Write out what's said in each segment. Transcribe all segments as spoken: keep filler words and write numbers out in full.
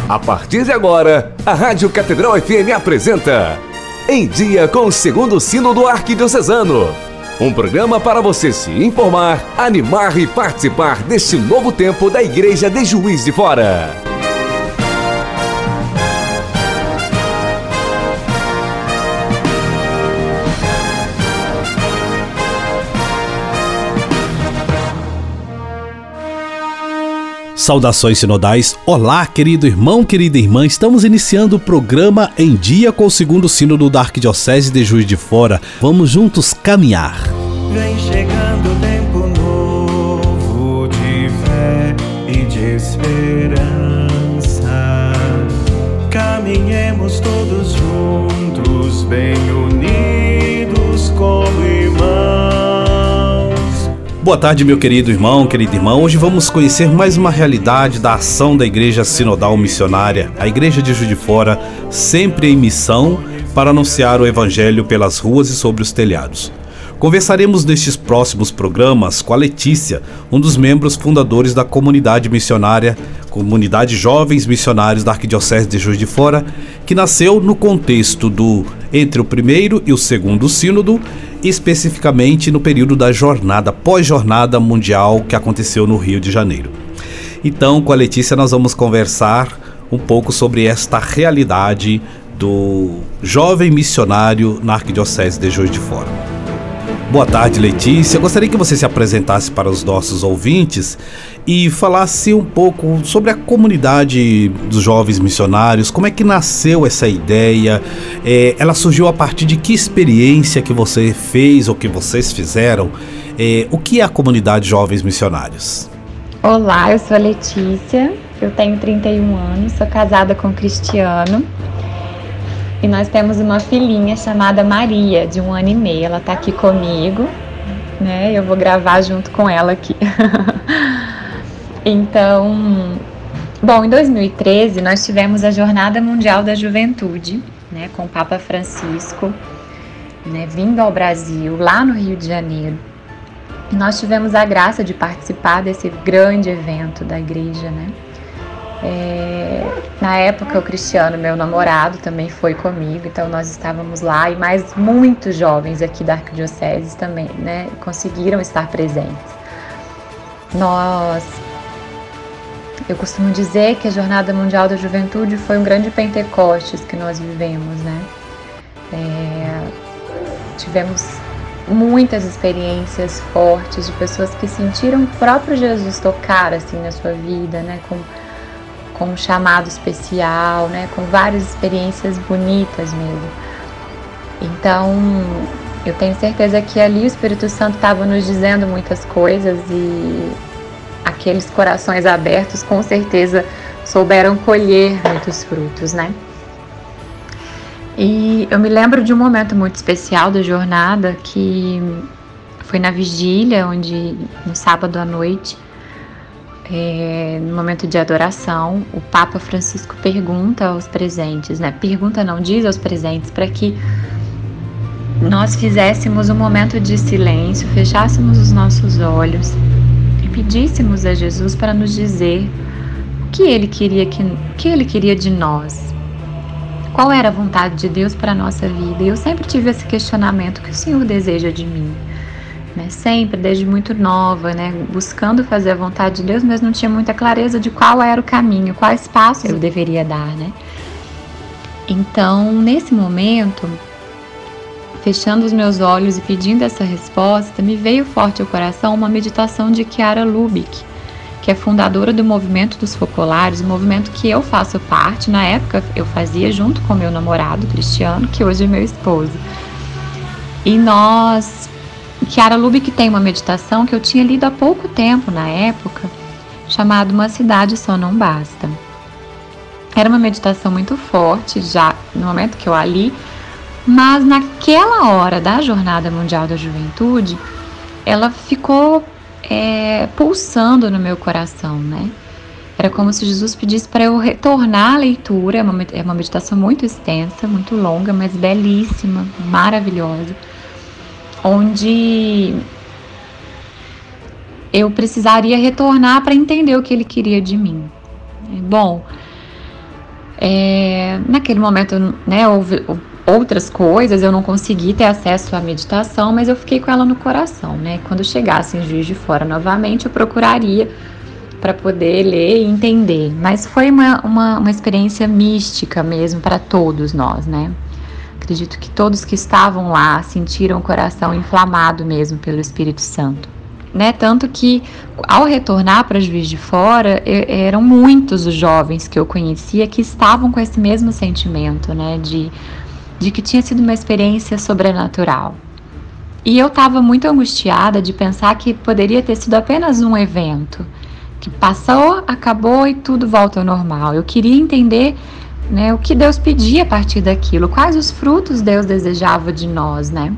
A partir de agora, a Rádio Catedral F M apresenta Em Dia com o Segundo Sínodo Arquidiocesano. Um programa para você se informar, animar e participar deste novo tempo da Igreja de Juiz de Fora. Saudações sinodais, olá querido irmão, querida irmã, estamos iniciando o programa Em Dia com o Segundo Sínodo da Arquidiocese de Juiz de Fora. Vamos juntos caminhar. Vem chegando tempo novo de fé e de esperança. Caminhemos todos juntos, bem unidos como irmãos. Boa tarde, meu querido irmão, querida irmã. Hoje vamos conhecer mais uma realidade da ação da Igreja Sinodal Missionária, a Igreja de Juiz de Fora, sempre em missão para anunciar o Evangelho pelas ruas e sobre os telhados. Conversaremos nestes próximos programas com a Letícia, um dos membros fundadores da comunidade missionária, Comunidade Jovens Missionários da Arquidiocese de Juiz de Fora, que nasceu no contexto do entre o primeiro e o segundo sínodo, especificamente no período da jornada, pós-jornada mundial que aconteceu no Rio de Janeiro. Então, com a Letícia nós vamos conversar um pouco sobre esta realidade do jovem missionário na Arquidiocese de Juiz de Fora. Boa tarde, Letícia. Gostaria que você se apresentasse para os nossos ouvintes e falasse um pouco sobre a comunidade dos jovens missionários, como é que nasceu essa ideia, é, ela surgiu a partir de que experiência que você fez ou que vocês fizeram, é, o que é a comunidade Jovens Missionários? Olá, eu sou a Letícia, eu tenho trinta e um anos, sou casada com o Cristiano. E nós temos uma filhinha chamada Maria, de um ano e meio. Ela está aqui comigo, né? Eu vou gravar junto com ela aqui. Então, bom, em dois mil e treze nós tivemos a Jornada Mundial da Juventude, né? Com o Papa Francisco, né? Vindo ao Brasil, lá no Rio de Janeiro. E nós tivemos a graça de participar desse grande evento da igreja, né? É, na época o Cristiano, meu namorado, também foi comigo, então nós estávamos lá e mais muitos jovens aqui da Arquidiocese também, né, conseguiram estar presentes. Nós, eu costumo dizer que a Jornada Mundial da Juventude foi um grande Pentecostes que nós vivemos, né, é, tivemos muitas experiências fortes de pessoas que sentiram o próprio Jesus tocar assim na sua vida, né, com com um chamado especial, né, com várias experiências bonitas mesmo. Então, eu tenho certeza que ali o Espírito Santo estava nos dizendo muitas coisas e aqueles corações abertos com certeza souberam colher muitos frutos, né? E eu me lembro de um momento muito especial da jornada, que foi na vigília, onde no sábado à noite, É, no momento de adoração, o Papa Francisco pergunta aos presentes, né? Pergunta não, diz aos presentes para que nós fizéssemos um momento de silêncio, fechássemos os nossos olhos e pedíssemos a Jesus para nos dizer o que ele queria, que, o que ele queria de nós, qual era a vontade de Deus para a nossa vida. E eu sempre tive esse questionamento: o que o Senhor deseja de mim? Né, sempre, desde muito nova, né, buscando fazer a vontade de Deus, mas não tinha muita clareza de qual era o caminho, quais passos eu deveria dar, né? Então, nesse momento, fechando os meus olhos e pedindo essa resposta, me veio forte ao coração uma meditação de Chiara Lubich, que é fundadora do Movimento dos Focolares, um movimento que eu faço parte. Na época eu fazia junto com meu namorado Cristiano, que hoje é meu esposo. E nós... Chiara Lubich tem uma meditação que eu tinha lido há pouco tempo, na época, chamada Uma Cidade Só Não Basta. Era uma meditação muito forte, já no momento que eu a li, mas naquela hora da Jornada Mundial da Juventude, ela ficou é, pulsando no meu coração, né? Era como se Jesus pedisse para eu retornar à leitura. É uma, é uma meditação muito extensa, muito longa, mas belíssima, maravilhosa, onde eu precisaria retornar para entender o que ele queria de mim. Bom, É, naquele momento, né, houve outras coisas, eu não consegui ter acesso à meditação, mas eu fiquei com ela no coração, né? Quando chegasse em Juiz de Fora novamente, eu procuraria para poder ler e entender. Mas foi uma, uma, uma experiência mística mesmo para todos nós, né? Acredito que todos que estavam lá sentiram o coração inflamado mesmo pelo Espírito Santo. Né? Tanto que, ao retornar para Juiz de Fora, eram muitos os jovens que eu conhecia que estavam com esse mesmo sentimento, né? De, de que tinha sido uma experiência sobrenatural. E eu estava muito angustiada de pensar que poderia ter sido apenas um evento, que passou, acabou e tudo volta ao normal. Eu queria entender, né, o que Deus pedia a partir daquilo, quais os frutos Deus desejava de nós, né?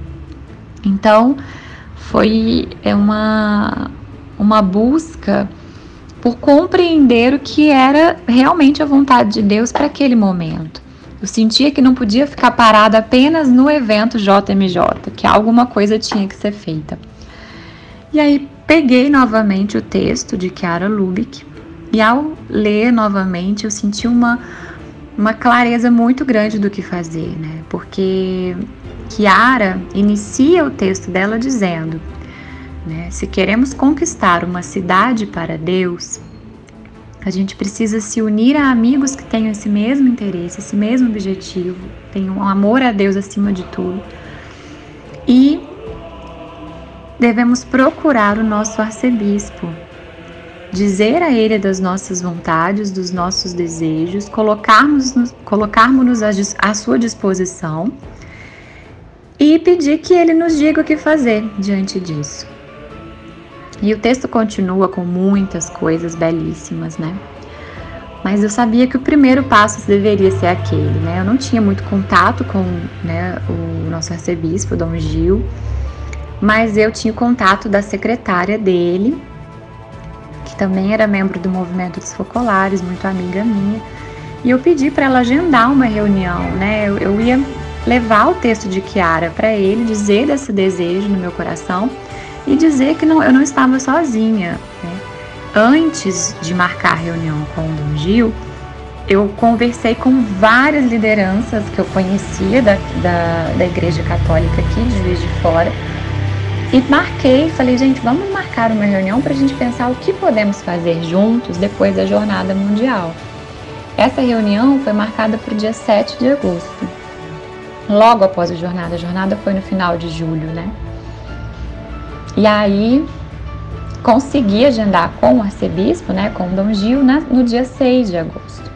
Então, foi uma, uma busca por compreender o que era realmente a vontade de Deus para aquele momento. Eu sentia que não podia ficar parada apenas no evento J M J, que alguma coisa tinha que ser feita. E aí peguei novamente o texto de Chiara Lubick e ao ler novamente eu senti uma, uma clareza muito grande do que fazer, né? Porque Chiara inicia o texto dela dizendo, né, se queremos conquistar uma cidade para Deus, a gente precisa se unir a amigos que tenham esse mesmo interesse, esse mesmo objetivo, tenham um amor a Deus acima de tudo. E devemos procurar o nosso arcebispo, dizer a ele das nossas vontades, dos nossos desejos, colocarmos-nos colocarmos à sua disposição e pedir que ele nos diga o que fazer diante disso. E o texto continua com muitas coisas belíssimas, né? Mas eu sabia que o primeiro passo deveria ser aquele, né? Eu não tinha muito contato com, né, o nosso arcebispo, Dom Gil, mas eu tinha contato da secretária dele, que também era membro do Movimento dos Focolares, muito amiga minha, e eu pedi para ela agendar uma reunião, né? Eu, eu ia levar o texto de Chiara para ele, dizer desse desejo no meu coração e dizer que não, eu não estava sozinha, né? Antes de marcar a reunião com o Dom Gil, eu conversei com várias lideranças que eu conhecia da, da, da Igreja Católica aqui de Juiz de Fora e marquei, falei, gente, vamos marcar uma reunião para a gente pensar o que podemos fazer juntos depois da Jornada Mundial. Essa reunião foi marcada para o dia sete de agosto, logo após a jornada. A jornada foi no final de julho, né? E aí consegui agendar com o arcebispo, né, com o Dom Gil, na, no dia seis de agosto.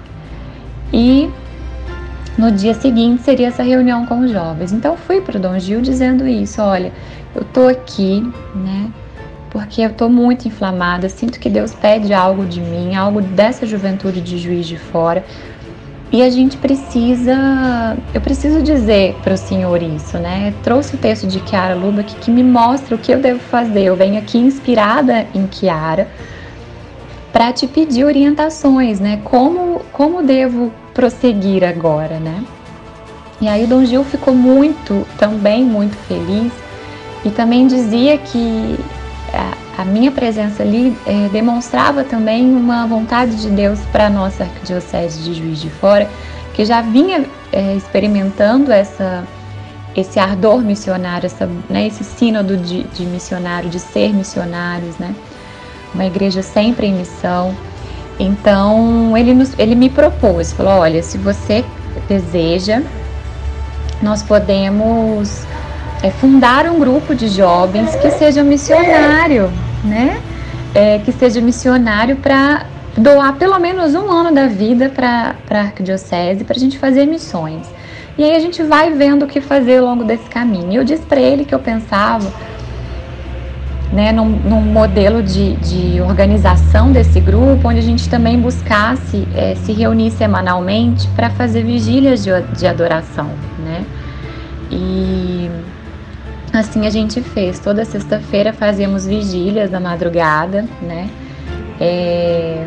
E no dia seguinte seria essa reunião com os jovens. Então fui para o Dom Gil dizendo isso, olha, eu tô aqui, né, porque eu tô muito inflamada, sinto que Deus pede algo de mim, algo dessa juventude de Juiz de Fora. E a gente precisa, eu preciso dizer para o senhor isso, né? Trouxe o texto de Chiara Lubick que me mostra o que eu devo fazer. Eu venho aqui inspirada em Chiara para te pedir orientações, né? Como, como devo prosseguir agora, né? E aí o Dom Gil ficou muito, também muito feliz e também dizia que a, a minha presença ali é, demonstrava também uma vontade de Deus para a nossa Arquidiocese de Juiz de Fora, que já vinha é, experimentando essa, esse ardor missionário, essa, né, esse sínodo de, de missionário, de ser missionários, né? Uma igreja sempre em missão. Então ele, nos, ele me propôs, falou, olha, se você deseja, nós podemos é, fundar um grupo de jovens que seja missionário, né? É, que seja missionário para doar pelo menos um ano da vida para a Arquidiocese, para a gente fazer missões. E aí a gente vai vendo o que fazer ao longo desse caminho. E eu disse para ele que eu pensava, né, num, num modelo de, de organização desse grupo, onde a gente também buscasse é, se reunir semanalmente para fazer vigílias de, de adoração, né? E assim a gente fez. Toda sexta-feira fazíamos vigílias da madrugada, né? É,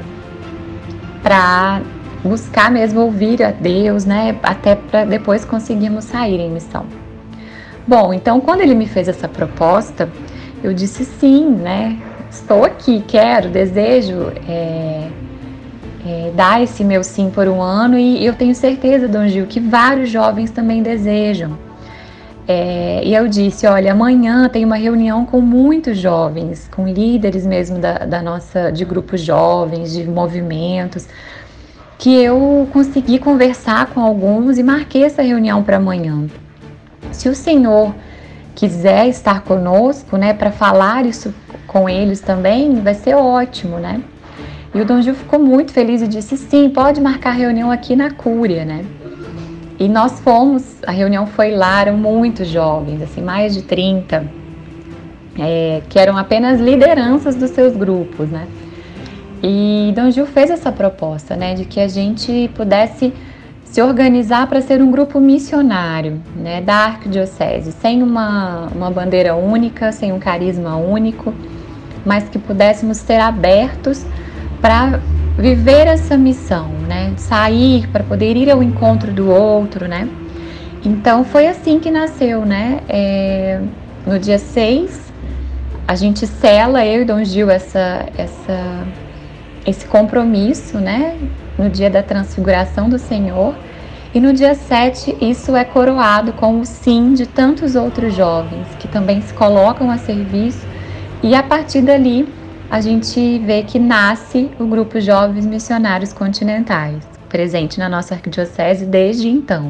para buscar mesmo ouvir a Deus, né? Até para depois conseguirmos sair em missão. Bom, então quando ele me fez essa proposta, eu disse sim, né? Estou aqui, quero, desejo é, é, dar esse meu sim por um ano, e eu tenho certeza, Dom Gil, que vários jovens também desejam. É, e eu disse, olha, amanhã tem uma reunião com muitos jovens, com líderes mesmo da, da nossa, de grupos jovens, de movimentos, que eu consegui conversar com alguns e marquei essa reunião para amanhã. Se o Senhor quiser estar conosco, né, para falar isso com eles também, vai ser ótimo, né? E o Dom Gil ficou muito feliz e disse, sim, pode marcar reunião aqui na Cúria, né? E nós fomos, a reunião foi lá, eram muitos jovens, assim, mais de trinta, é, que eram apenas lideranças dos seus grupos, né? E Dom Gil fez essa proposta, né, de que a gente pudesse se organizar para ser um grupo missionário, né, da arquidiocese, sem uma, uma bandeira única, sem um carisma único, mas que pudéssemos ser abertos para viver essa missão, né? Sair para poder ir ao encontro do outro, né? Então foi assim que nasceu, né? É, no dia seis, a gente sela, eu e Dom Gil, essa, essa, esse compromisso, né? No dia da transfiguração do Senhor. E no dia sete, isso é coroado com o sim de tantos outros jovens que também se colocam a serviço. E a partir dali, a gente vê que nasce o Grupo Jovens Missionários Continentais, presente na nossa arquidiocese desde então.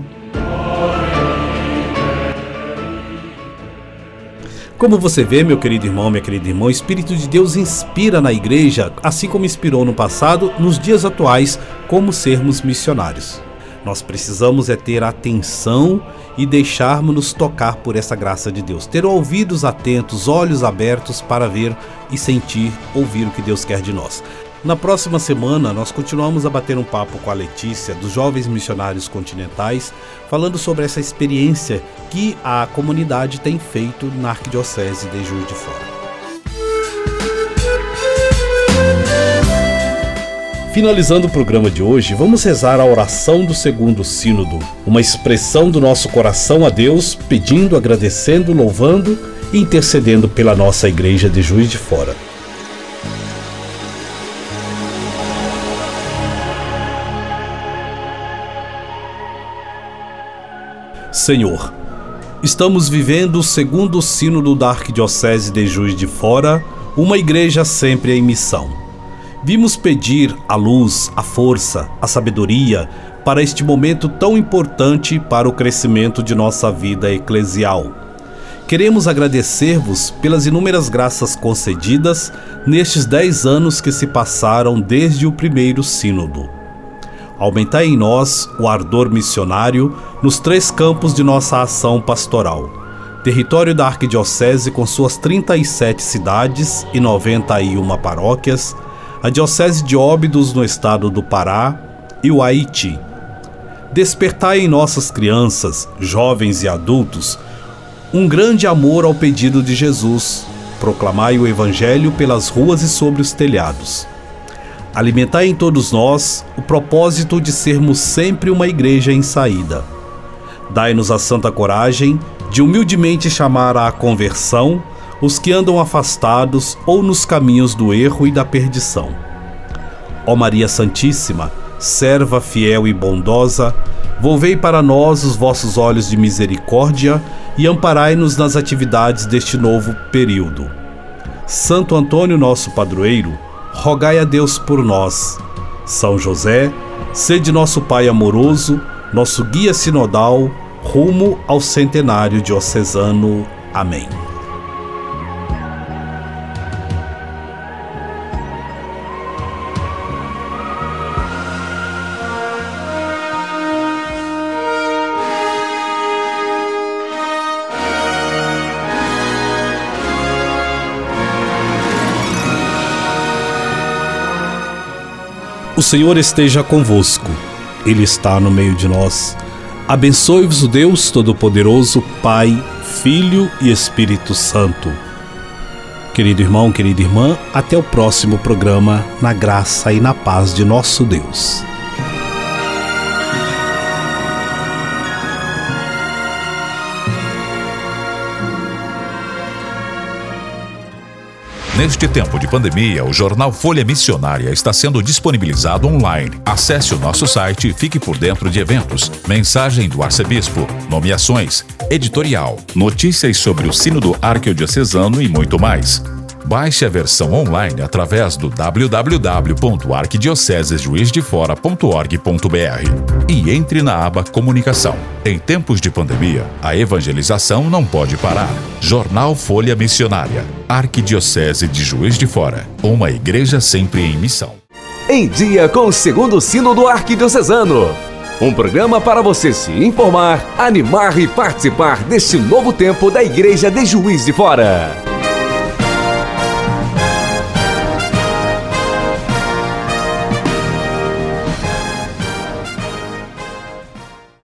Como você vê, meu querido irmão, minha querida irmã, o Espírito de Deus inspira na igreja, assim como inspirou no passado, nos dias atuais, como sermos missionários. Nós precisamos é ter atenção e deixarmos-nos tocar por essa graça de Deus. Ter ouvidos atentos, olhos abertos para ver e sentir, ouvir o que Deus quer de nós. Na próxima semana, nós continuamos a bater um papo com a Letícia, dos Jovens Missionários Continentais, falando sobre essa experiência que a comunidade tem feito na Arquidiocese de Juiz de Fora. Finalizando o programa de hoje, vamos rezar a oração do segundo sínodo, uma expressão do nosso coração a Deus, pedindo, agradecendo, louvando e intercedendo pela nossa Igreja de Juiz de Fora. Senhor, estamos vivendo o segundo sínodo da Arquidiocese de Juiz de Fora, uma igreja sempre em missão. Vimos pedir a luz, a força, a sabedoria para este momento tão importante para o crescimento de nossa vida eclesial. Queremos agradecer-vos pelas inúmeras graças concedidas nestes dez anos que se passaram desde o primeiro sínodo. Aumentai em nós o ardor missionário nos três campos de nossa ação pastoral: território da Arquidiocese com suas trinta e sete cidades e noventa e uma paróquias, a Diocese de Óbidos no estado do Pará e o Haiti. Despertai em nossas crianças, jovens e adultos um grande amor ao pedido de Jesus. Proclamai o Evangelho pelas ruas e sobre os telhados. Alimentai em todos nós o propósito de sermos sempre uma igreja em saída. Dai-nos a santa coragem de humildemente chamar à conversão os que andam afastados ou nos caminhos do erro e da perdição. Ó Maria Santíssima, serva fiel e bondosa, volvei para nós os vossos olhos de misericórdia e amparai-nos nas atividades deste novo período. Santo Antônio, nosso padroeiro, rogai a Deus por nós. São José, sede nosso Pai amoroso, nosso guia sinodal, rumo ao centenário diocesano. Amém. O Senhor esteja convosco, Ele está no meio de nós. Abençoe-vos o Deus Todo-Poderoso, Pai, Filho e Espírito Santo. Querido irmão, querida irmã, até o próximo programa, na graça e na paz de nosso Deus. Neste tempo de pandemia, o jornal Folha Missionária está sendo disponibilizado online. Acesse o nosso site e fique por dentro de eventos, mensagem do arcebispo, nomeações, editorial, notícias sobre o Sínodo Arquidiocesano e muito mais. Baixe a versão online através do w w w ponto arquidiocese juiz de fora ponto org ponto b r e entre na aba Comunicação. Em tempos de pandemia, a evangelização não pode parar. Jornal Folha Missionária, Arquidiocese de Juiz de Fora, uma igreja sempre em missão. Em Dia com o Segundo Sínodo Arquidiocesano. Um programa para você se informar, animar e participar deste novo tempo da Igreja de Juiz de Fora.